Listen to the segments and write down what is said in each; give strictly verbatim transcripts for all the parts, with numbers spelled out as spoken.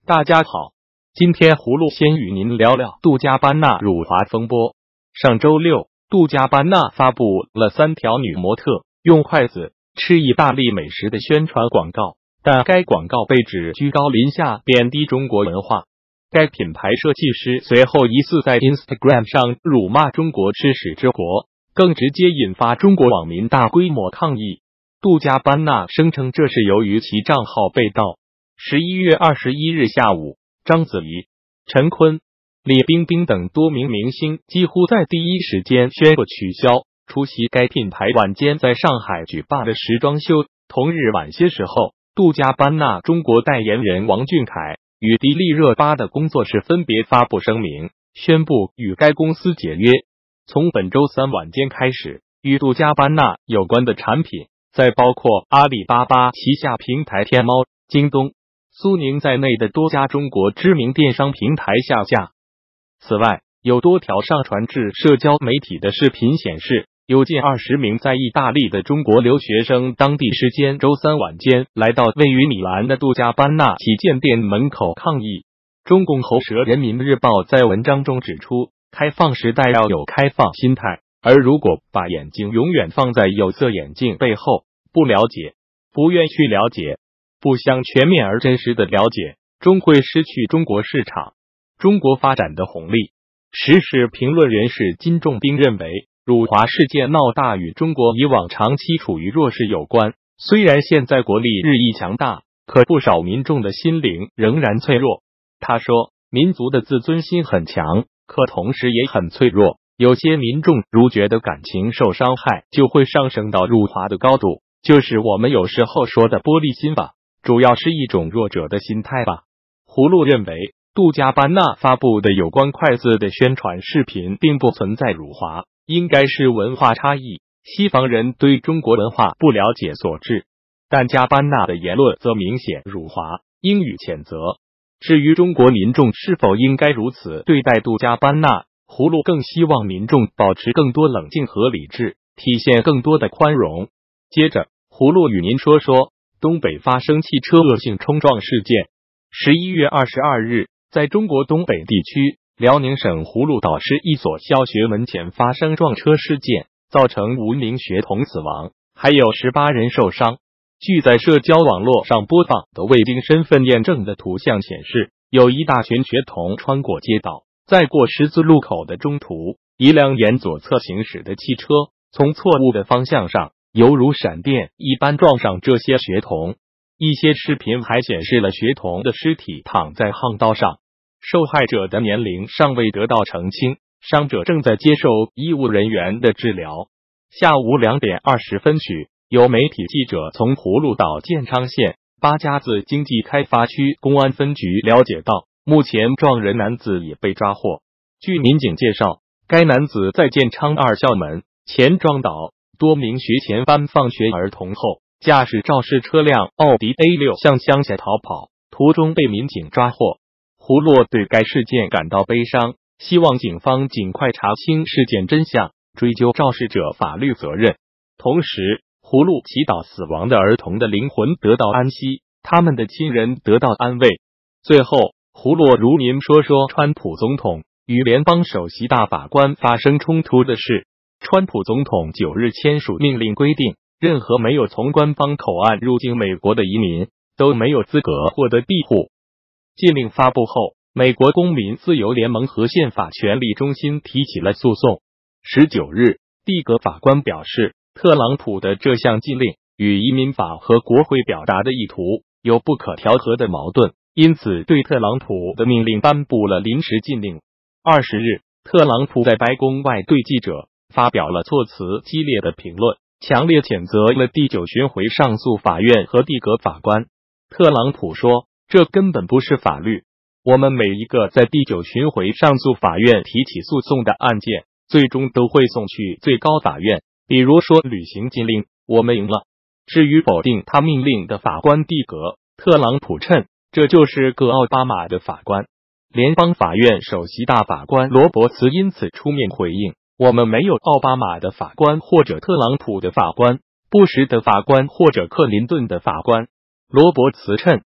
大家好，今天葫芦先与您聊聊杜嘉班纳辱华风波。上周六，杜嘉班纳发布了三条女模特用筷子吃意大利美食的宣传广告，但该广告被指居高临下贬低中国文化。该品牌设计师随后疑似在 Instagram 上辱骂中国吃屎之国，更直接引发中国网民大规模抗议。杜嘉班纳声称这是由于其账号被盗。十一月二十一日下午，章子怡、陈坤、李冰冰等多名明星几乎在第一时间宣布取消出席该品牌晚间在上海举办的时装秀。同日晚些时候，杜嘉班纳中国代言人王俊凯与迪丽热巴的工作室分别发布声明，宣布与该公司解约。从本周三晚间开始，与杜嘉班纳有关的产品在包括阿里巴巴旗下平台天猫、京东、苏宁在内的多家中国知名电商平台下架。此外，有多条上传至社交媒体的视频显示，有近二十名在意大利的中国留学生当地时间周三晚间来到位于米兰的杜嘉班纳旗舰店门口抗议。中共喉舌人民日报在文章中指出，开放时代要有开放心态，而如果把眼睛永远放在有色眼镜背后，不了解，不愿去了解，不想全面而真实的了解，终会失去中国市场、中国发展的红利。时事评论人士金仲斌认为，辱华事件闹大与中国以往长期处于弱势有关。虽然现在国力日益强大，可不少民众的心灵仍然脆弱。他说，民族的自尊心很强，可同时也很脆弱。有些民众如觉得感情受伤害，就会上升到辱华的高度，就是我们有时候说的玻璃心吧，主要是一种弱者的心态吧。葫芦认为，杜嘉班纳发布的有关筷子的宣传视频并不存在辱华，应该是文化差异，西方人对中国文化不了解所致。但嘉班纳的言论则明显辱华，应予谴责。至于中国民众是否应该如此对待杜嘉班纳，葫芦更希望民众保持更多冷静和理智，体现更多的宽容。接着，葫芦与您说说东北发生汽车恶性冲撞事件。十一月二十二日，在中国东北地区，辽宁省葫芦岛市一所小学门前发生撞车事件，造成五名学童死亡，还有十八人受伤。据在社交网络上播放的未经身份验证的图像显示，有一大群学童穿过街道，在过十字路口的中途，一辆沿左侧行驶的汽车从错误的方向上犹如闪电一般撞上这些学童。一些视频还显示了学童的尸体躺在巷道上，受害者的年龄尚未得到澄清，伤者正在接受医务人员的治疗。下午两点二十分许，有媒体记者从葫芦岛建昌县八家子经济开发区公安分局了解到，目前撞人男子也被抓获。据民警介绍，该男子在建昌二校门前撞倒多名学前班放学儿童后，驾驶肇事车辆奥迪 A 六 向乡下逃跑，途中被民警抓获。葫芦对该事件感到悲伤，希望警方尽快查清事件真相，追究肇事者法律责任。同时，葫芦祈祷死亡的儿童的灵魂得到安息，他们的亲人得到安慰。最后，葫芦如您说说川普总统与联邦首席大法官发生冲突的事。川普总统九日签署命令，规定任何没有从官方口岸入境美国的移民都没有资格获得庇护。禁令发布后，美国公民自由联盟和宪法权利中心提起了诉讼。十九日，蒂格法官表示，特朗普的这项禁令与移民法和国会表达的意图有不可调和的矛盾，因此对特朗普的命令颁布了临时禁令。二十日，特朗普在白宫外对记者发表了措辞激烈的评论，强烈谴责了第九巡回上诉法院和蒂格法官。特朗普说，这根本不是法律，我们每一个在第九巡回上诉法院提起诉讼的案件，最终都会送去最高法院。比如说履行禁令，我们赢了。至于否定他命令的法官蒂格，特朗普称这就是个奥巴马的法官。联邦法院首席大法官罗伯茨因此出面回应，我们没有奥巴马的法官或者特朗普的法官，布什的法官或者克林顿的法官。罗伯茨称，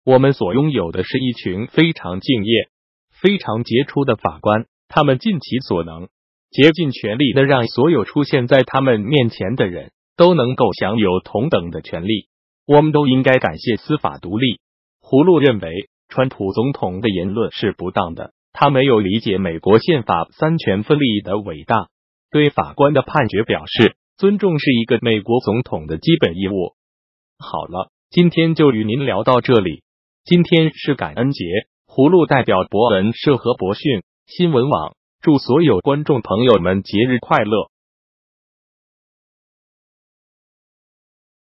我们所拥有的是一群非常敬业、非常杰出的法官，他们尽其所能，竭尽全力的让所有出现在他们面前的人都能够享有同等的权利。我们都应该感谢司法独立。葫芦认为，川普总统的言论是不当的，他没有理解美国宪法三权分立的伟大，对法官的判决表示尊重是一个美国总统的基本义务。好了，今天就与您聊到这里。今天是感恩节，葫芦代表博文社和博讯新闻网祝所有观众朋友们节日快乐。